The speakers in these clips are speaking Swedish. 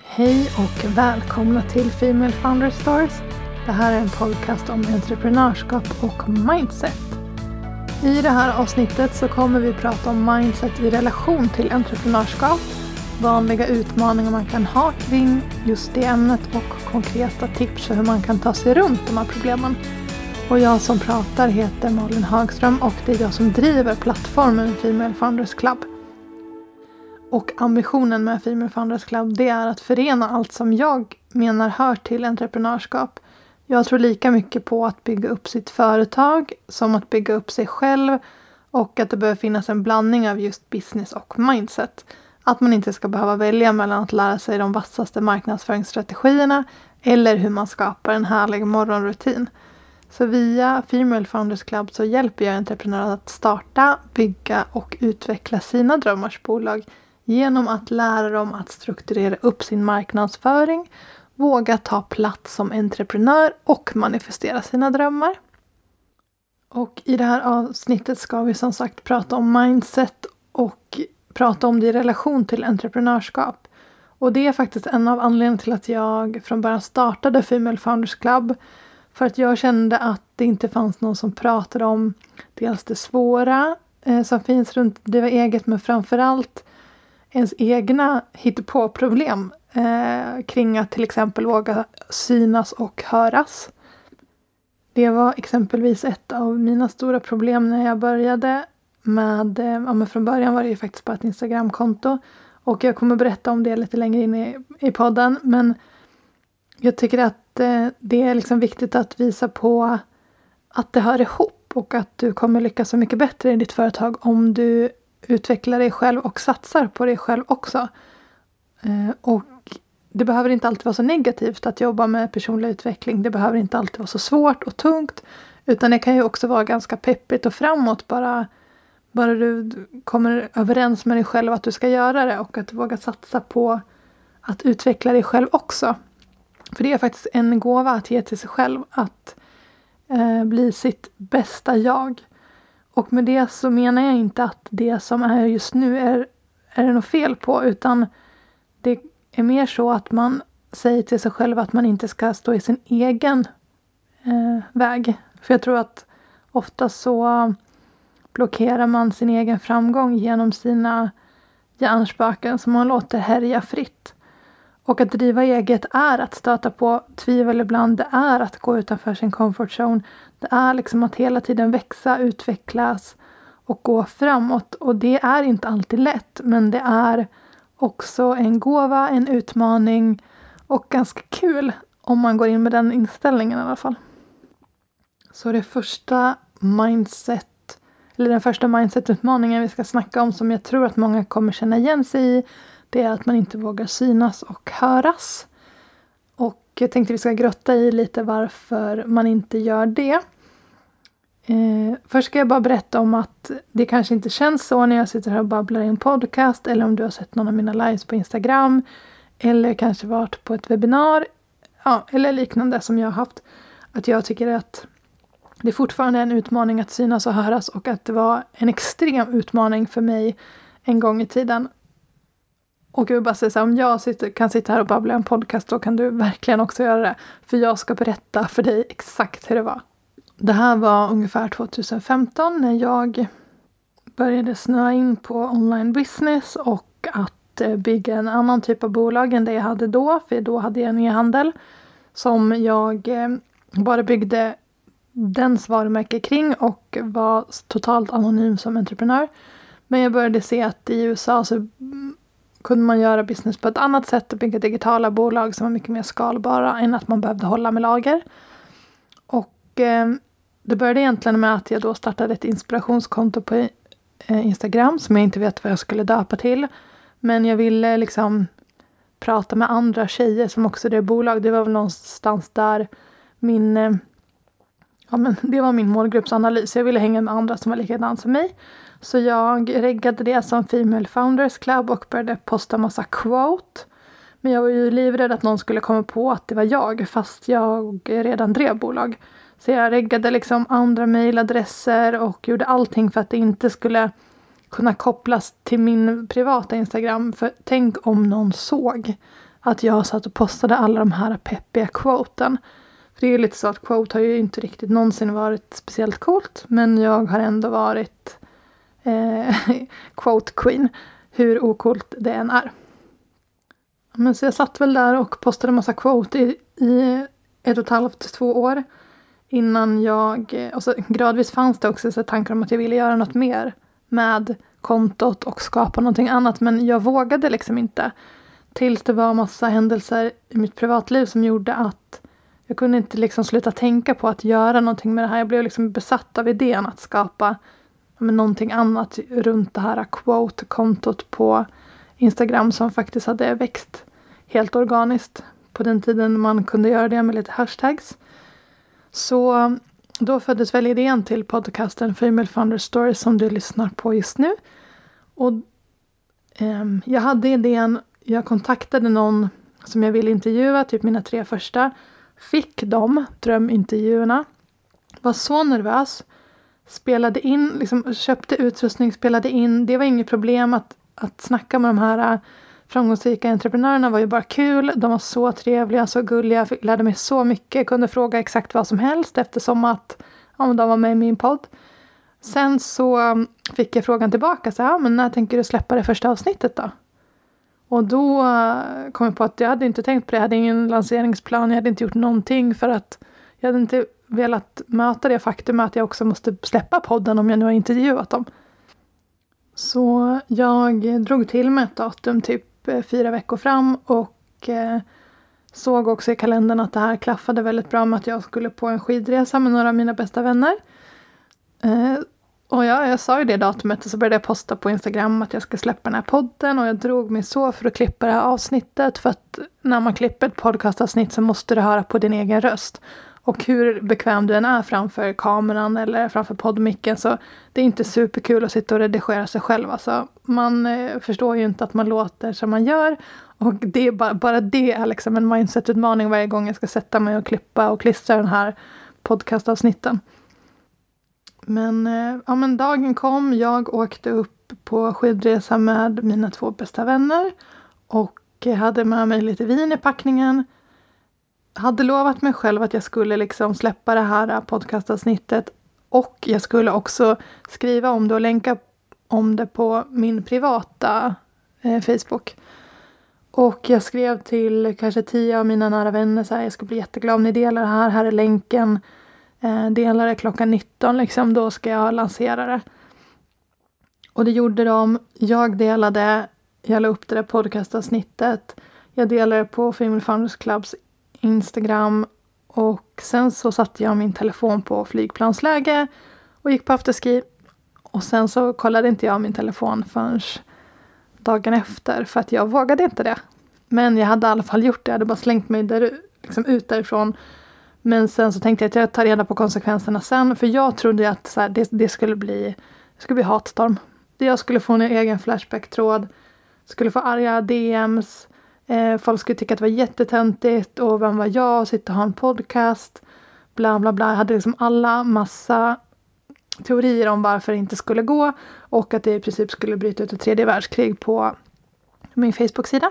Hej och välkomna till Female Founder Stories. Det här är en podcast om entreprenörskap och mindset. I det här avsnittet så kommer vi prata om mindset i relation till entreprenörskap, vanliga utmaningar man kan ha kring just det ämnet och konkreta tips för hur man kan ta sig runt de här problemen. Och jag som pratar heter Malin Hagström och det är jag som driver plattformen Female Founders Club. Och ambitionen med Female Founders Club, det är att förena allt som jag menar hör till entreprenörskap. Jag tror lika mycket på att bygga upp sitt företag som att bygga upp sig själv, och att det behöver finnas en blandning av just business och mindset. Att man inte ska behöva välja mellan att lära sig de vassaste marknadsföringsstrategierna eller hur man skapar en härlig morgonrutin. Så via Female Founders Club så hjälper jag entreprenörer att starta, bygga och utveckla sina drömmars bolag genom att lära dem att strukturera upp sin marknadsföring, våga ta plats som entreprenör och manifestera sina drömmar. Och i det här avsnittet ska vi som sagt prata om mindset och prata om det i relation till entreprenörskap. Och det är faktiskt en av anledningarna till att jag från början startade Female Founders Club. För att jag kände att det inte fanns någon som pratade om dels det svåra som finns runt det var eget, men framförallt ens egna hittepå-problem kring att till exempel våga synas och höras. Det var exempelvis ett av mina stora problem när jag började med, men från början var det ju faktiskt bara ett Instagram-konto. Och jag kommer berätta om det lite längre in i podden, men jag tycker att det är liksom viktigt att visa på att det hör ihop och att du kommer lyckas så mycket bättre i ditt företag om du utvecklar dig själv och satsar på dig själv också. Och det behöver inte alltid vara så negativt att jobba med personlig utveckling. Det behöver inte alltid vara så svårt och tungt, utan det kan ju också vara ganska peppigt och framåt bara du kommer överens med dig själv att du ska göra det och att du vågar satsa på att utveckla dig själv också. För det är faktiskt en gåva att ge till sig själv, att bli sitt bästa jag. Och med det så menar jag inte att det som är just nu är det något fel på, utan det är mer så att man säger till sig själv att man inte ska stå i sin egen väg. För jag tror att ofta så blockerar man sin egen framgång genom sina hjärnspöken som man låter härja fritt. Och att driva eget är att stöta på tvivel ibland. Det är att gå utanför sin comfort zone. Det är liksom att hela tiden växa, utvecklas och gå framåt. Och det är inte alltid lätt, men det är också en gåva, en utmaning och ganska kul om man går in med den inställningen i alla fall. Så den första mindset-utmaningen vi ska snacka om, som jag tror att många kommer känna igen sig i, det är att man inte vågar synas och höras. Och jag tänkte vi ska grotta i lite varför man inte gör det. Först ska jag bara berätta om att det kanske inte känns så när jag sitter här och babblar i en podcast, eller om du har sett någon av mina lives på Instagram, eller kanske varit på ett webbinar, eller liknande som jag har haft. Att jag tycker att det fortfarande är en utmaning att synas och höras, och att det var en extrem utmaning för mig en gång i tiden. Och jag vill bara säga så här, om jag kan sitta här och babbla i en podcast, då kan du verkligen också göra det. För jag ska berätta för dig exakt hur det var. Det här var ungefär 2015 när jag började snöa in på online business och att bygga en annan typ av bolag än det jag hade då. För då hade jag en e-handel som jag bara byggde dens varumärke kring och var totalt anonym som entreprenör. Men jag började se att i USA så kunde man göra business på ett annat sätt och bygga digitala bolag som var mycket mer skalbara än att man behövde hålla med lager. Och det började egentligen med att jag då startade ett inspirationskonto på Instagram som jag inte vet vad jag skulle döpa till. Men jag ville liksom prata med andra tjejer som också drev bolag. Det var väl någonstans där det var min målgruppsanalys. Jag ville hänga med andra som var likadant som mig. Så jag reggade det som Female Founders Club och började posta massa quote. Men jag var ju livrädd att någon skulle komma på att det var jag, fast jag redan drev bolag. Så jag reggade liksom andra mailadresser och gjorde allting för att det inte skulle kunna kopplas till min privata Instagram. För tänk om någon såg att jag satt och postade alla de här peppiga quoten. För det är ju lite så att quote har ju inte riktigt någonsin varit speciellt coolt. Men jag har ändå varit quote queen. Hur ocoolt det än är. Men så jag satt väl där och postade en massa quote i 1,5-2 år. Innan och så gradvis fanns det också så tankar om att jag ville göra något mer med kontot och skapa någonting annat. Men jag vågade liksom inte. Tills det var massa händelser i mitt privatliv som gjorde att jag kunde inte liksom sluta tänka på att göra någonting med det här. Jag blev liksom besatt av idén att skapa någonting annat runt det här quote-kontot på Instagram som faktiskt hade växt helt organiskt på den tiden man kunde göra det med lite hashtags. Så då föddes väl idén till podcasten Female Founder Stories som du lyssnar på just nu. Och jag hade idén, jag kontaktade någon som jag ville intervjua, typ mina 3 första. Fick de drömintervjuerna. Var så nervös. Spelade in, liksom köpte utrustning, spelade in. Det var inget problem att snacka med de här framgångsrika entreprenörerna var ju bara kul. De var så trevliga, så gulliga. Lärde mig så mycket. Kunde fråga exakt vad som helst eftersom att de var med i min podd. Sen så fick jag frågan tillbaka. Så, men när tänker du släppa det första avsnittet då? Och då kom jag på att jag hade inte tänkt på det. Jag hade ingen lanseringsplan. Jag hade inte gjort någonting för att jag hade inte velat möta det faktum att jag också måste släppa podden om jag nu har intervjuat dem. Så jag drog till med ett datum typ 4 veckor fram och såg också i kalendern att det här klaffade väldigt bra med att jag skulle på en skidresa med några av mina bästa vänner. Och jag sa ju det datumet och så började jag posta på Instagram att jag ska släppa den här podden och jag drog mig så för att klippa det här avsnittet för att när man klipper ett podcastavsnitt så måste du höra på din egen röst. Och hur bekväm du än är framför kameran eller framför poddmicken så det är inte superkul att sitta och redigera sig själv. Alltså, man förstår ju inte att man låter som man gör. Och det är bara det är liksom en mindset-utmaning varje gång jag ska sätta mig och klippa och klistra den här podcastavsnitten. Men dagen kom, jag åkte upp på skidresa med mina 2 bästa vänner. Och hade med mig lite vin i packningen. Hade lovat mig själv att jag skulle liksom släppa det här podcastavsnittet och jag skulle också skriva om det och länka om det på min privata Facebook. Och jag skrev till kanske 10 av mina nära vänner så här, jag ska bli jätteglad om ni delar det här. Här är länken. Delar det klockan 19 liksom, då ska jag lansera det. Och det gjorde de. Jag delade, jag la upp det där podcastavsnittet. Jag delade det på Female Founders Clubs Instagram och sen så satte jag min telefon på flygplansläge och gick på afterski och sen så kollade inte jag min telefon förrän dagen efter för att jag vågade inte det. Men jag hade i alla fall gjort det, jag hade bara slängt mig ut därifrån. Men sen så tänkte jag att jag tar reda på konsekvenserna sen för jag trodde att så här, det skulle bli hatstorm. Jag skulle få en egen flashback-tråd, skulle få arga DMs. Folk skulle tycka att det var jättetöntigt och vem var jag och sitta och ha en podcast bla bla bla. Jag hade liksom alla massa teorier om varför det inte skulle gå och att det i princip skulle bryta ut ett 3:e världskrig på min Facebook-sida.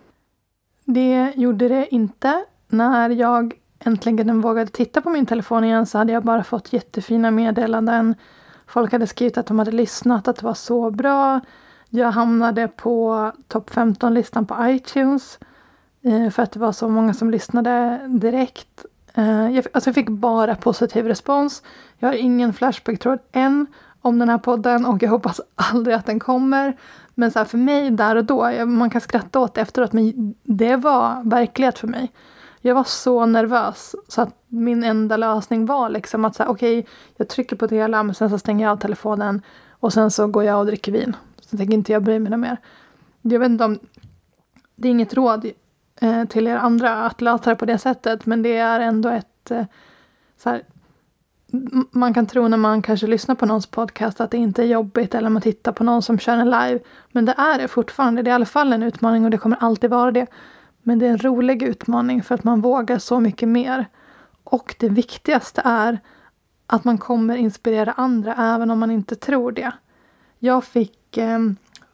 Det gjorde det inte. När jag äntligen vågade titta på min telefon igen så hade jag bara fått jättefina meddelanden. Folk hade skrivit att de hade lyssnat, att det var så bra. Jag hamnade på topp 15-listan på iTunes för att det var så många som lyssnade direkt. Jag fick bara positiv respons. Jag har ingen flashback-tråd än om den här podden och jag hoppas aldrig att den kommer. Men så här, för mig där och då, man kan skratta åt det efteråt men det var verklighet för mig. Jag var så nervös så att min enda lösning var liksom att säga okej, jag trycker på det hela men sen så stänger jag av telefonen och sen så går jag och dricker vin. Så tänker inte jag bry mig mer. Jag vet inte om det är inget råd till er andra att lösa det på det sättet. Men det är ändå ett så här, man kan tro när man kanske lyssnar på någons podcast att det inte är jobbigt. Eller man tittar på någon som kör en live. Men det är det fortfarande. Det är i alla fall en utmaning och det kommer alltid vara det. Men det är en rolig utmaning för att man vågar så mycket mer. Och det viktigaste är att man kommer inspirera andra även om man inte tror det. Jag fick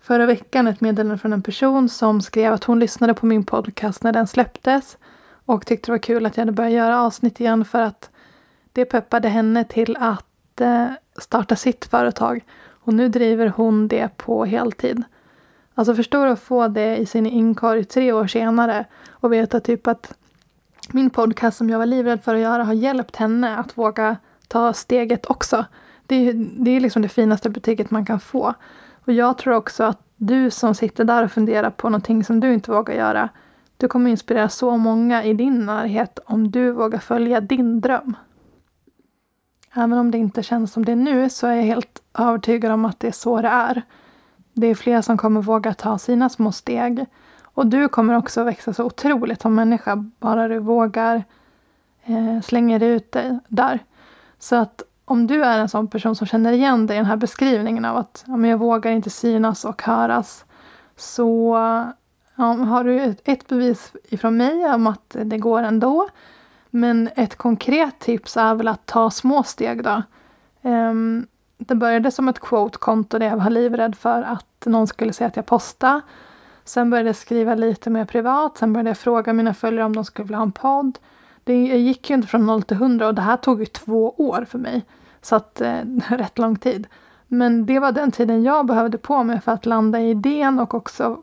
förra veckan ett meddelande från en person som skrev att hon lyssnade på min podcast när den släpptes. Och tyckte det var kul att jag hade börjat göra avsnitt igen för att det peppade henne till att starta sitt företag. Och nu driver hon det på heltid. Alltså förstår att få det i sin inkorg 3 år senare och veta typ att min podcast som jag var livrädd för att göra har hjälpt henne att våga ta steget också. Det är liksom det finaste betyget man kan få. Och jag tror också att du som sitter där och funderar på någonting som du inte vågar göra, du kommer inspirera så många i din närhet om du vågar följa din dröm. Även om det inte känns som det nu så är jag helt övertygad om att det är så det är. Det är fler som kommer våga ta sina små steg. Och du kommer också växa så otroligt som människa bara du vågar slänga ut dig där. Så att om du är en sån person som känner igen dig i den här beskrivningen av att jag vågar inte synas och höras, så har du ett bevis ifrån mig om att det går ändå. Men ett konkret tips är väl att ta små steg då. Det började som ett quote-konto där jag var livrädd för att någon skulle säga att jag postade. Sen började jag skriva lite mer privat. Sen började jag fråga mina följare om de skulle vilja ha en podd. Det gick ju inte från 0 till 100 och det här tog ju 2 år för mig. Så att rätt lång tid. Men det var den tiden jag behövde på mig för att landa i idén och också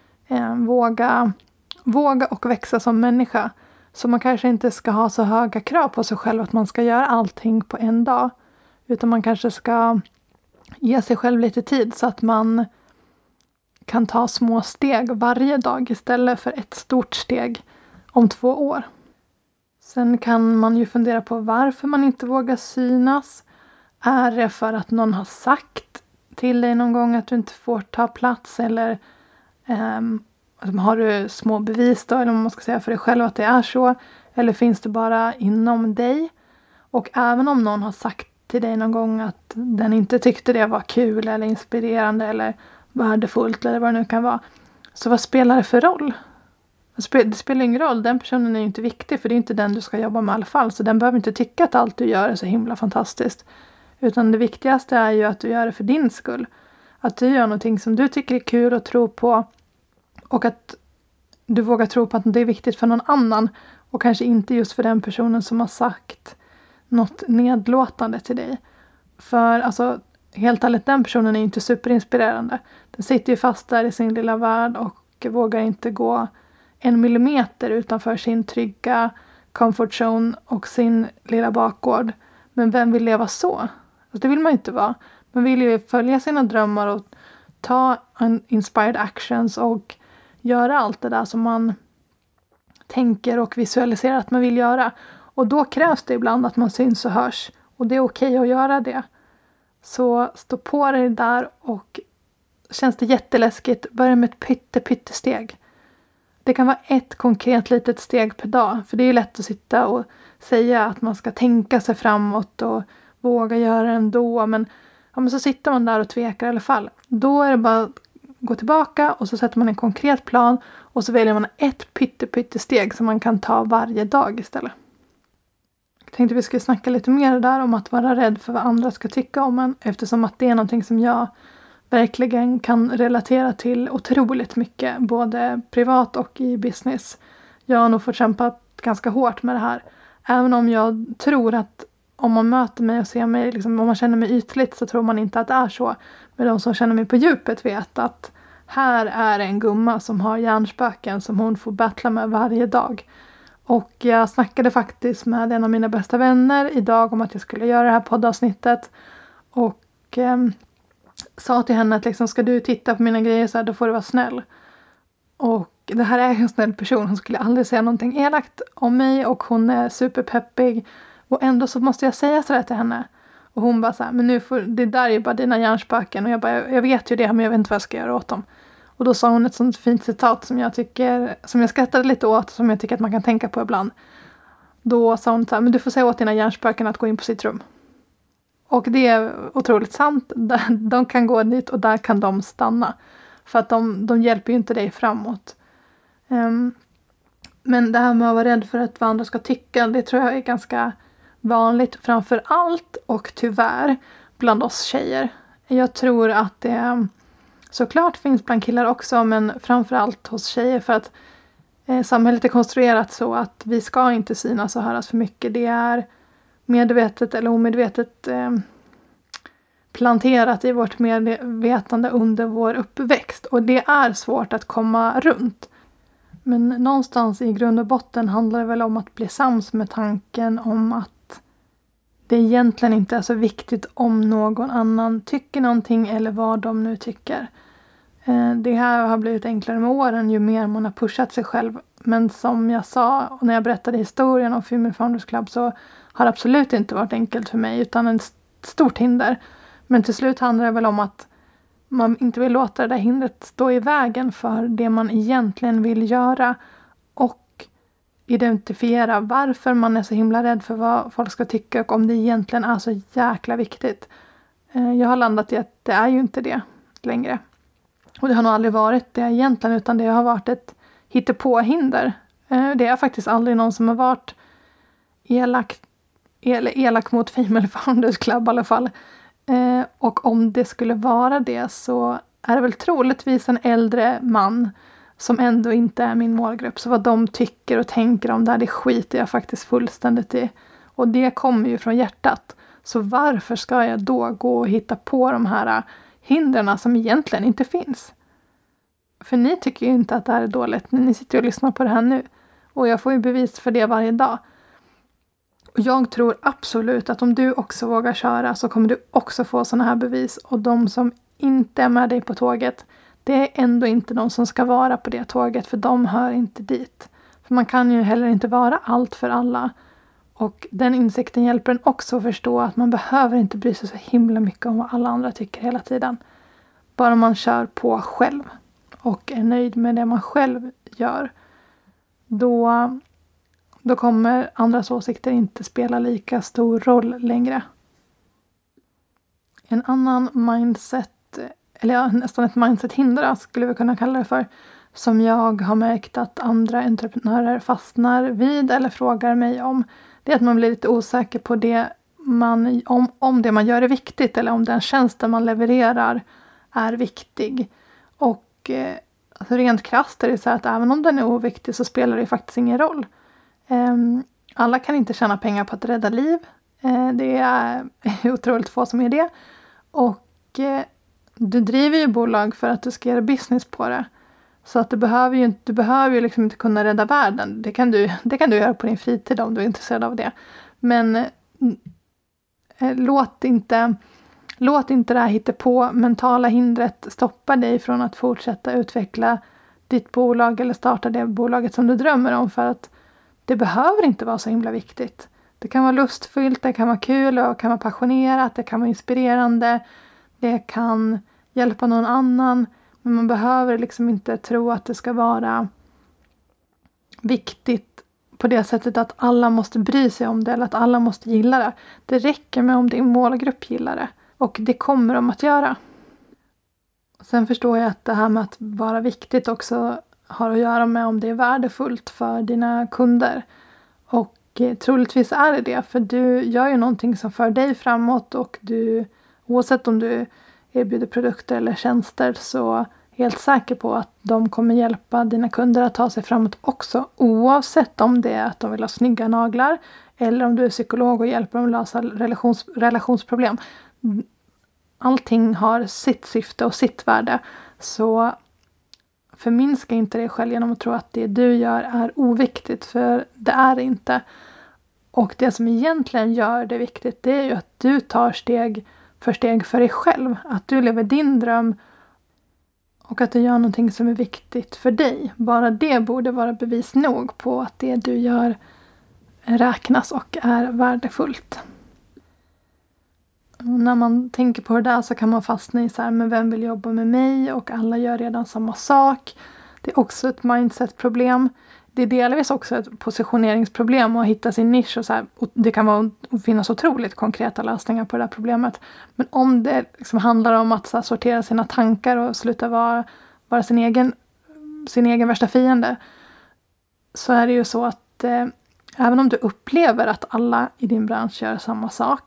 våga och växa som människa. Så man kanske inte ska ha så höga krav på sig själv att man ska göra allting på en dag. Utan man kanske ska ge sig själv lite tid så att man kan ta små steg varje dag istället för ett stort steg om 2 år. Sen kan man ju fundera på varför man inte vågar synas. Är det för att någon har sagt till dig någon gång att du inte får ta plats? Eller har du små bevis då, eller om man ska säga för dig själv att det är så? Eller finns det bara inom dig? Och även om någon har sagt till dig någon gång att den inte tyckte det var kul eller inspirerande eller värdefullt eller vad det nu kan vara. Så vad spelar det för roll? Det spelar ingen roll. Den personen är ju inte viktig för det är inte den du ska jobba med i alla fall. Så den behöver inte tycka att allt du gör är så himla fantastiskt. Utan det viktigaste är ju att du gör det för din skull. Att du gör någonting som du tycker är kul och tror på. Och att du vågar tro på att det är viktigt för någon annan. Och kanske inte just för den personen som har sagt något nedlåtande till dig. För alltså, helt ärligt, den personen är inte superinspirerande. Den sitter ju fast där i sin lilla värld och vågar inte gå 1 millimeter utanför sin trygga comfort zone och sin lilla bakgård. Men vem vill leva så? Alltså, det vill man inte vara. Man vill ju följa sina drömmar och ta inspired actions och göra allt det där som man tänker och visualiserar att man vill göra. Och då krävs det ibland att man syns och hörs. Och det är okej att göra det. Så stå på dig där och känns det jätteläskigt, börja med ett pyttesteg. Det kan vara ett konkret litet steg per dag. För det är ju lätt att sitta och säga att man ska tänka sig framåt och våga göra det ändå. Men så sitter man där och tvekar i alla fall. Då är det bara att gå tillbaka och så sätter man en konkret plan. Och så väljer man ett pyttesteg som man kan ta varje dag istället. Jag tänkte vi skulle snacka lite mer där om att vara rädd för vad andra ska tycka om en. Eftersom att det är någonting som jag verkligen kan relatera till otroligt mycket. Både privat och i business. Jag har nog fått kämpa ganska hårt med det här. Även om jag tror att om man möter mig och ser mig, liksom, om man känner mig ytligt så tror man inte att det är så. Men de som känner mig på djupet vet att här är en gumma som har hjärnspöken som hon får battla med varje dag. Och jag snackade faktiskt med en av mina bästa vänner idag om att jag skulle göra det här poddavsnittet. Och sa till henne att liksom, ska du titta på mina grejer så här, då får du vara snäll. Och det här är en snäll person. Hon skulle aldrig säga någonting elakt om mig och hon är superpeppig. Och ändå så måste jag säga sådär till henne. Och hon bara så här, men nu får, det där är ju bara dina hjärnspöken. Och jag bara, jag vet ju det men jag vet inte vad jag ska göra åt dem. Och då sa hon ett sånt fint citat som jag skrattade lite åt. Som jag tycker att man kan tänka på ibland. Då sa hon så här, men du får säga åt dina hjärnspöken att gå in på sitt rum. Och det är otroligt sant. De kan gå dit och där kan de stanna. För att de hjälper ju inte dig framåt. Men det här med att vara rädd för att vad andra ska tycka. Det tror jag är ganska vanligt. Framför allt och tyvärr bland oss tjejer. Jag tror att det är såklart finns bland killar också, men framförallt hos tjejer, för att samhället är konstruerat så att vi ska inte synas och höras för mycket. Det är medvetet eller omedvetet planterat i vårt medvetande under vår uppväxt. Och det är svårt att komma runt. Men någonstans i grund och botten handlar det väl om att bli sams med tanken om att det egentligen inte är så viktigt om någon annan tycker någonting eller vad de nu tycker. Det här har blivit enklare med åren ju mer man har pushat sig själv. Men som jag sa när jag berättade historien om Female Founders Club, så har det absolut inte varit enkelt för mig, utan ett stort hinder. Men till slut handlar det väl om att man inte vill låta det där hindret stå i vägen för det man egentligen vill göra. Och identifiera varför man är så himla rädd för vad folk ska tycka och om det egentligen är så jäkla viktigt. Jag har landat i att det är ju inte det längre. Och det har nog aldrig varit det egentligen, utan det har varit ett hittepåhinder. Det är faktiskt aldrig någon som har varit elak mot Female Founders Club i alla fall. Och om det skulle vara det, så är det väl troligtvis en äldre man som ändå inte är min målgrupp. Så vad de tycker och tänker om det här, det skiter jag faktiskt fullständigt i. Och det kommer ju från hjärtat. Så varför ska jag då gå och hitta på de här hindren som egentligen inte finns? För ni tycker ju inte att det här är dåligt. Ni sitter och lyssnar på det här nu. Och jag får ju bevis för det varje dag. Och jag tror absolut att om du också vågar köra, så kommer du också få sådana här bevis. Och de som inte är med dig på tåget, det är ändå inte de som ska vara på det tåget. För de hör inte dit. För man kan ju heller inte vara allt för alla. Och den insikten hjälper en också att förstå att man behöver inte bry sig så himla mycket om vad alla andra tycker hela tiden. Bara man kör på själv och är nöjd med det man själv gör, då kommer andras åsikter inte spela lika stor roll längre. En annan mindset, eller nästan ett mindset-hinder skulle vi kunna kalla det för, som jag har märkt att andra entreprenörer fastnar vid eller frågar mig om, det är att man blir lite osäker på det om det man gör är viktigt, eller om den tjänsten man levererar är viktig. Och alltså rent krasst är det så att även om den är oviktig, så spelar det faktiskt ingen roll. Alla kan inte tjäna pengar på att rädda liv. Det är otroligt få som är det. Och du driver ju bolag för att du ska göra business på det. Så att du behöver ju liksom inte kunna rädda världen. Det kan du göra på din fritid om du är intresserad av det. Men låt inte det här hittepå mentala hindret stoppa dig från att fortsätta utveckla ditt bolag eller starta det bolaget som du drömmer om. För att det behöver inte vara så himla viktigt. Det kan vara lustfyllt, det kan vara kul och kan vara passionerat, det kan vara inspirerande. Det kan hjälpa någon annan. Men man behöver liksom inte tro att det ska vara viktigt på det sättet att alla måste bry sig om det eller att alla måste gilla det. Det räcker med om din målgrupp gillar det. Och det kommer de att göra. Sen förstår jag att det här med att vara viktigt också har att göra med om det är värdefullt för dina kunder. Och troligtvis är det. För du gör ju någonting som för dig framåt. Och oavsett om du erbjuder produkter eller tjänster, så helt säker på att de kommer hjälpa dina kunder att ta sig framåt också. Oavsett om det är att de vill ha snygga naglar, eller om du är psykolog och hjälper dem att lösa relationsproblem. Allting har sitt syfte och sitt värde. Så förminska inte dig själv genom att tro att det du gör är oviktigt. För det är det inte. Och det som egentligen gör det viktigt, det är ju att du tar steg för dig själv. Att du lever din dröm. Och att du gör någonting som är viktigt för dig. Bara det borde vara bevis nog på att det du gör räknas och är värdefullt. Och när man tänker på det där, så kan man fastna i så här, men vem vill jobba med mig? Och alla gör redan samma sak. Det är också ett mindset-problem. Det är delvis också ett positioneringsproblem att hitta sin nisch. Och så här, och det kan finnas otroligt konkreta lösningar på det här problemet. Men om det liksom handlar om att så här, sortera sina tankar och sluta vara sin egen värsta fiende, så är det ju så att även om du upplever att alla i din bransch gör samma sak,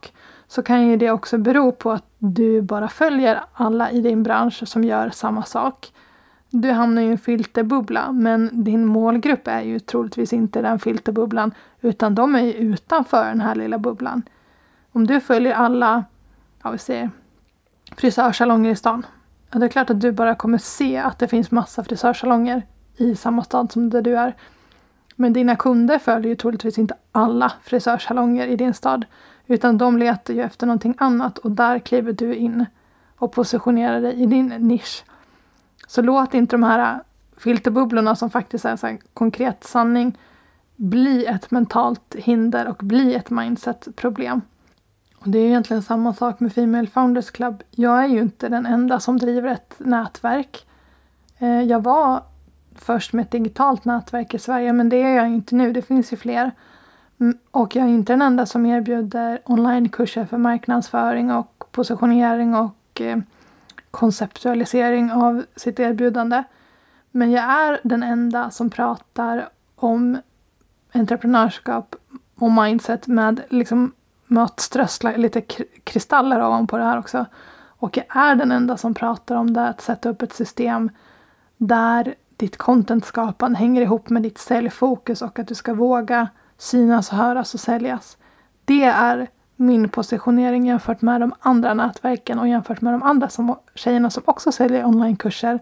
så kan ju det också bero på att du bara följer alla i din bransch som gör samma sak. Du hamnar i en filterbubbla, men din målgrupp är ju troligtvis inte den filterbubblan, utan de är ju utanför den här lilla bubblan. Om du följer alla, vi säger, frisörsalonger i stan, det är klart att du bara kommer se att det finns massa frisörsalonger i samma stad som där du är. Men dina kunder följer ju troligtvis inte alla frisörsalonger i din stad, utan de letar ju efter någonting annat, och där kliver du in och positionerar dig i din nisch. Så låt inte de här filterbubblorna som faktiskt är så här konkret sanning bli ett mentalt hinder och bli ett mindset-problem. Och det är egentligen samma sak med Female Founders Club. Jag är ju inte den enda som driver ett nätverk. Jag var först med ett digitalt nätverk i Sverige, men det är jag inte nu. Det finns ju fler. Och jag är inte den enda som erbjuder onlinekurser för marknadsföring och positionering och konceptualisering av sitt erbjudande. Men jag är den enda som pratar om entreprenörskap och mindset med liksom att strössla lite kristaller ovanpå det här också. Och jag är den enda som pratar om det, att sätta upp ett system där ditt contentskapande hänger ihop med ditt säljfokus och att du ska våga synas, höras och säljas. Det är min positionering jämfört med de andra nätverken och jämfört med de andra tjejerna som också säljer onlinekurser.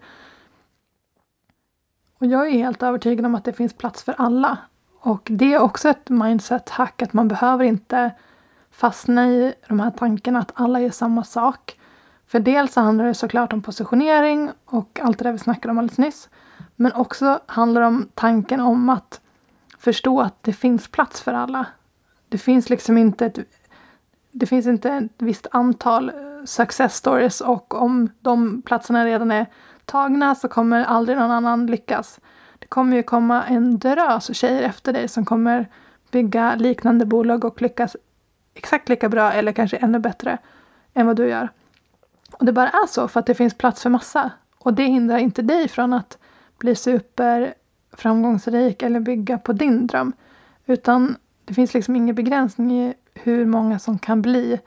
Och jag är helt övertygad om att det finns plats för alla. Och det är också ett mindset-hack, att man behöver inte fastna i de här tankarna att alla gör samma sak. För dels så handlar det såklart om positionering och allt det där vi snackade om alldeles nyss. Men också handlar det om tanken om att förstå att det finns plats för alla. Det finns liksom inte ett visst antal success stories, och om de platserna redan är tagna så kommer aldrig någon annan lyckas. Det kommer ju komma en drös tjejer efter dig som kommer bygga liknande bolag och lyckas exakt lika bra eller kanske ännu bättre än vad du gör. Och det bara är så för att det finns plats för massa. Och det hindrar inte dig från att bli super framgångsrik eller bygga på din dröm. Utan det finns liksom ingen begränsning i hur många som kan bli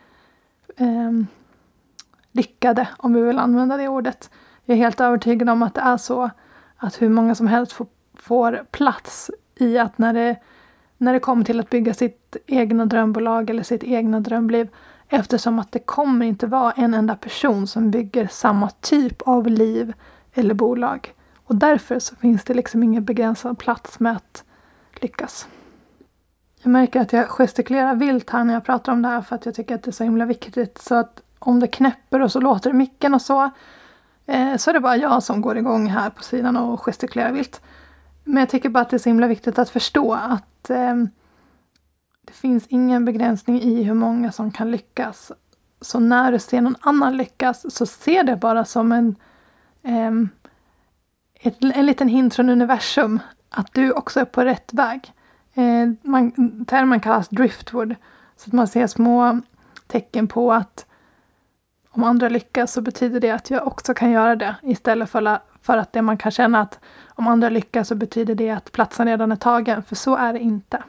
lyckade, om vi vill använda det ordet. Jag är helt övertygad om att det är så att hur många som helst får plats i att när det kommer till att bygga sitt egna drömbolag eller sitt egna drömliv, eftersom att det kommer inte vara en enda person som bygger samma typ av liv eller bolag. Och därför så finns det liksom ingen begränsad plats med att lyckas. Jag märker att jag gestikulerar vilt här när jag pratar om det här, för att jag tycker att det är så himla viktigt. Så att om det knäpper och så låter det micken och så är det bara jag som går igång här på sidan och gestikulerar vilt. Men jag tycker bara att det är så himla viktigt att förstå att det finns ingen begränsning i hur många som kan lyckas. Så när du ser någon annan lyckas, så ser det bara som en liten hint från universum att du också är på rätt väg. Termen kallas driftwood. Så att man ser små tecken på att om andra lyckas så betyder det att jag också kan göra det. Istället för att det man kan känna att om andra lyckas så betyder det att platsen redan är tagen. För så är det inte.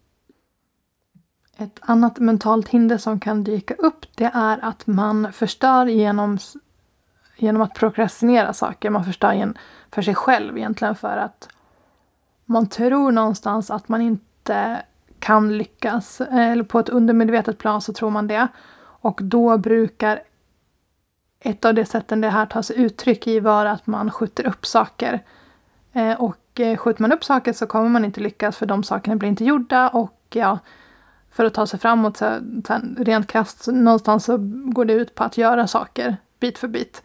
Ett annat mentalt hinder som kan dyka upp, det är att man förstör genom att prokrastinera saker. Man förstör för sig själv egentligen, för att man tror någonstans att man inte kan lyckas. Eller på ett undermedvetet plan så tror man det. Och då brukar ett av de sätten det här tar sig uttryck i vara att man skjuter upp saker. Och skjuter man upp saker så kommer man inte lyckas, för de sakerna blir inte gjorda. Och för att ta sig framåt så rent krasst någonstans så går det ut på att göra saker bit för bit.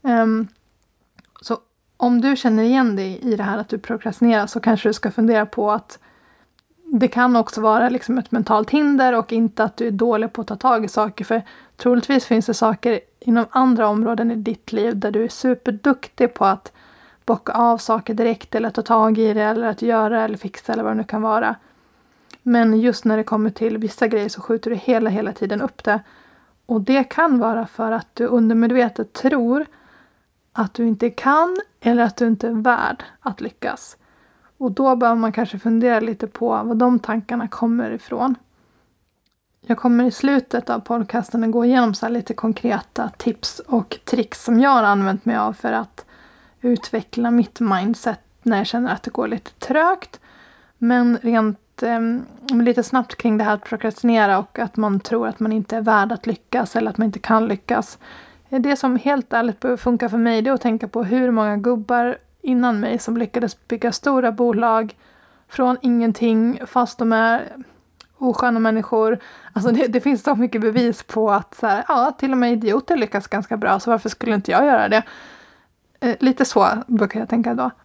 Så om du känner igen dig i det här att du prokrastinerar, så kanske du ska fundera på att det kan också vara liksom ett mentalt hinder och inte att du är dålig på att ta tag i saker. För troligtvis finns det saker inom andra områden i ditt liv där du är superduktig på att bocka av saker direkt eller ta tag i det eller att göra eller fixa eller vad det nu kan vara. Men just när det kommer till vissa grejer så skjuter du hela tiden upp det. Och det kan vara för att du undermedvetet tror att du inte kan eller att du inte är värd att lyckas. Och då bör man kanske fundera lite på var de tankarna kommer ifrån. Jag kommer i slutet av podcasten att gå igenom så här lite konkreta tips och tricks som jag har använt mig av för att utveckla mitt mindset när jag känner att det går lite trögt. Men rent lite snabbt kring det här att prokrastinera och att man tror att man inte är värd att lyckas eller att man inte kan lyckas. Det som helt ärligt behöver funka för mig, det är att tänka på hur många gubbar innan mig som lyckades bygga stora bolag från ingenting fast de är osköna människor. Alltså det finns så mycket bevis på att så här, ja, till och med idioter lyckas ganska bra, så varför skulle inte jag göra det? Lite så brukar jag tänka då.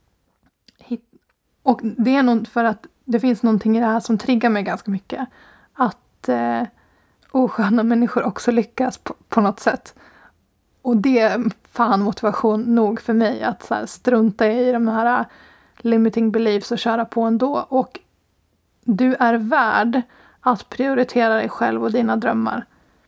Och det är nog för att det finns någonting i det här som triggar mig ganska mycket. Att osköna människor också lyckas på något sätt. Och det är fan motivation nog för mig att så här, strunta i de här limiting beliefs och köra på ändå. Och du är värd att prioritera dig själv och dina drömmar.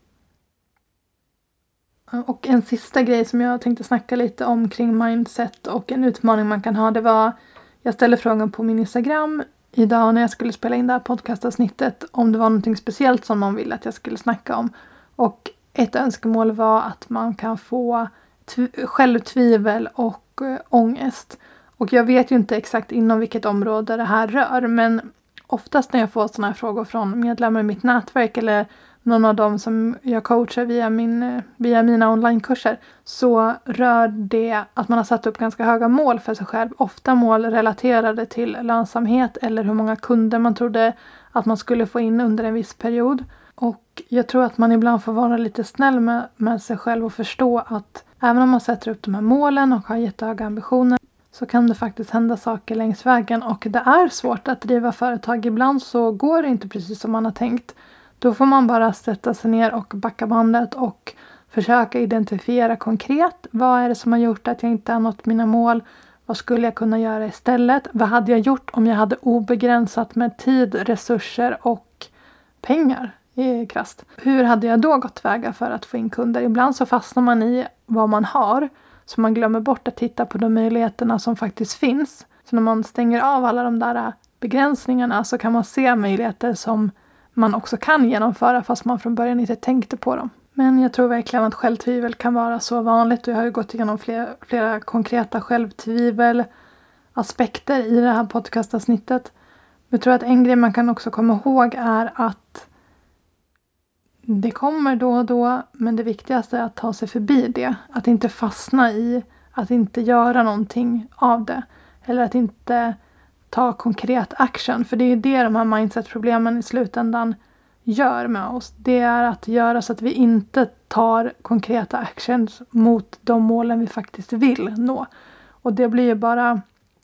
Och en sista grej som jag tänkte snacka lite om kring mindset och en utmaning man kan ha, det var, jag ställde frågan på min Instagram idag när jag skulle spela in det här podcastavsnittet om det var någonting speciellt som någon ville att jag skulle snacka om. Och ett önskemål var att man kan få självtvivel och ångest. Och jag vet ju inte exakt inom vilket område det här rör, men oftast när jag får sådana här frågor från medlemmar i mitt nätverk eller någon av dem som jag coachar via mina onlinekurser, så rör det att man har satt upp ganska höga mål för sig själv. Ofta mål relaterade till lönsamhet eller hur många kunder man trodde att man skulle få in under en viss period. Och jag tror att man ibland får vara lite snäll med sig själv och förstå att även om man sätter upp de här målen och har jättehöga ambitioner, så kan det faktiskt hända saker längs vägen. Och det är svårt att driva företag. Ibland så går det inte precis som man har tänkt. Då får man bara sätta sig ner och backa bandet och försöka identifiera konkret. Vad är det som har gjort att jag inte har nått mina mål? Vad skulle jag kunna göra istället? Vad hade jag gjort om jag hade obegränsat med tid, resurser och pengar i krasst? Hur hade jag då gått väga för att få in kunder? Ibland så fastnar man i vad man har, så man glömmer bort att titta på de möjligheterna som faktiskt finns. Så när man stänger av alla de där begränsningarna så kan man se möjligheter som man också kan genomföra fast man från början inte tänkte på dem. Men jag tror verkligen att självtvivel kan vara så vanligt. Och jag har ju gått igenom flera konkreta självtvivel aspekter i det här podcastavsnittet. Men jag tror att en grej man kan också komma ihåg är att det kommer då och då, men det viktigaste är att ta sig förbi det. Att inte fastna i, att inte göra någonting av det. Eller att inte ta konkret action. För det är ju det de här mindset-problemen i slutändan gör med oss. Det är att göra så att vi inte tar konkreta actions mot de målen vi faktiskt vill nå. Och det blir ju bara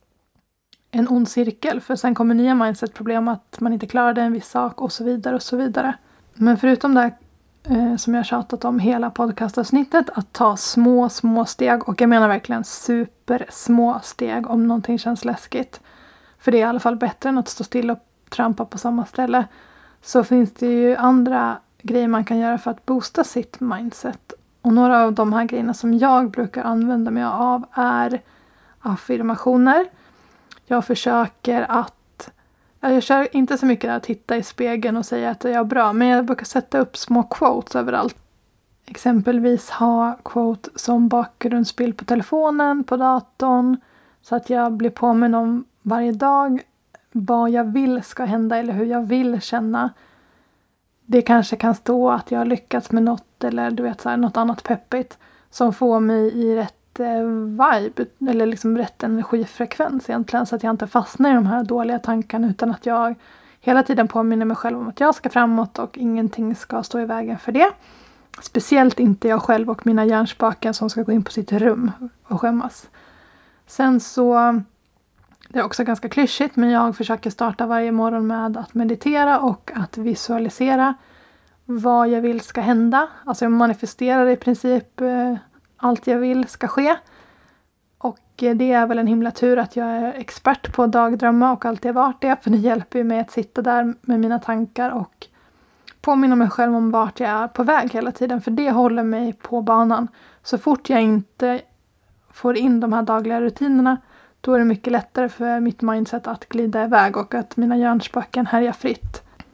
en ond cirkel. För sen kommer nya mindset-problem, att man inte klarade en viss sak och så vidare och så vidare. Men förutom det som jag tjatat om hela podcastavsnittet, att ta små steg, och jag menar verkligen supersmå steg om någonting känns läskigt. För det är i alla fall bättre än att stå still och trampa på samma ställe. Så finns det ju andra grejer man kan göra för att boosta sitt mindset. Och några av de här grejerna som jag brukar använda mig av är affirmationer. Jag försöker att jag kör inte så mycket att titta i spegeln och säga att jag är bra. Men jag brukar sätta upp små quotes överallt. Exempelvis ha quote som bakgrundsbild på telefonen, på datorn. Så att jag blir påminn om varje dag vad jag vill ska hända eller hur jag vill känna. Det kanske kan stå att jag har lyckats med något eller du vet så här, något annat peppigt som får mig i rätt vibe eller liksom rätt energifrekvens egentligen, så att jag inte fastnar i de här dåliga tankarna, utan att jag hela tiden påminner mig själv om att jag ska framåt och ingenting ska stå i vägen för det. Speciellt inte jag själv och mina hjärnspöken som ska gå in på sitt rum och skämmas. Sen så, det är också ganska klyschigt, men jag försöker starta varje morgon med att meditera och att visualisera vad jag vill ska hända. Alltså jag manifesterar i princip allt jag vill ska ske. Och det är väl en himla tur att jag är expert på dagdrömma och alltid har varit det. För det hjälper ju mig att sitta där med mina tankar och påminna mig själv om vart jag är på väg hela tiden. För det håller mig på banan. Så fort jag inte får in de här dagliga rutinerna, då är det mycket lättare för mitt mindset att glida iväg och att mina hjärnspöken härjar fritt.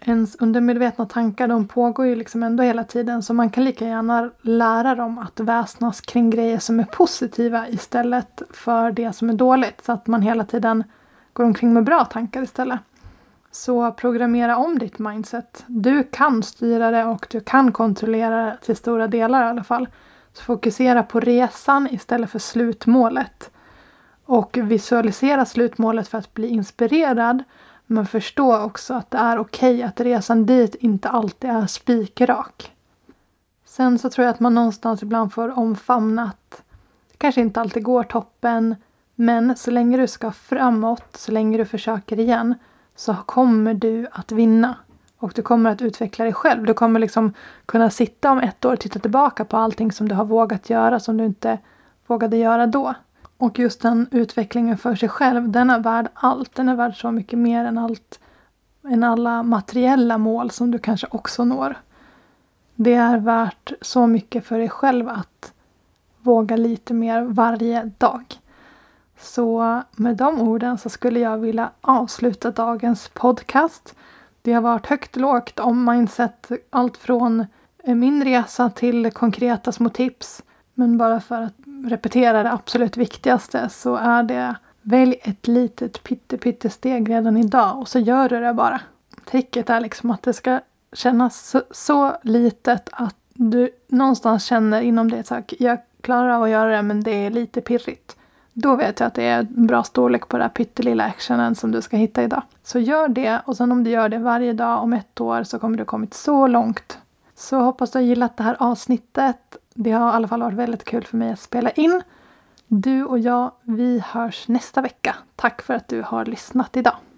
ens undermedvetna tankar, de pågår ju liksom ändå hela tiden. Så man kan lika gärna lära dem att väsnas kring grejer som är positiva istället för det som är dåligt. Så att man hela tiden går omkring med bra tankar istället. Så programmera om ditt mindset. Du kan styra det och du kan kontrollera det till stora delar i alla fall. Så fokusera på resan istället för slutmålet. Och visualisera slutmålet för att bli inspirerad. Men förstå också att det är okej att resan dit inte alltid är spikrak. Sen så tror jag att man någonstans ibland får omfamna att det kanske inte alltid går toppen. Men så länge du ska framåt, så länge du försöker igen, så kommer du att vinna. Och du kommer att utveckla dig själv. Du kommer liksom kunna sitta om 1 år och titta tillbaka på allting som du har vågat göra som du inte vågade göra då. Och just den utvecklingen för sig själv, den är värd allt. Den är värd så mycket mer än alla materiella mål som du kanske också når. Det är värt så mycket för dig själv att våga lite mer varje dag. Så med de orden så skulle jag vilja avsluta dagens podcast. Det har varit högt och lågt om mindset. Allt från min resa till konkreta små tips. Men bara för att repetera det absolut viktigaste så är det: välj ett litet pyttesteg redan idag och så gör du det bara. Tricket är liksom att det ska kännas så litet att du någonstans känner inom det att jag klarar av att göra det men det är lite pirrigt. Då vet jag att det är en bra storlek på den här pyttelilla actionen som du ska hitta idag. Så gör det, och sen om du gör det varje dag om 1 år så kommer du kommit så långt. Så hoppas du har gillat det här avsnittet. Det har i alla fall varit väldigt kul för mig att spela in. Du och jag, vi hörs nästa vecka. Tack för att du har lyssnat idag.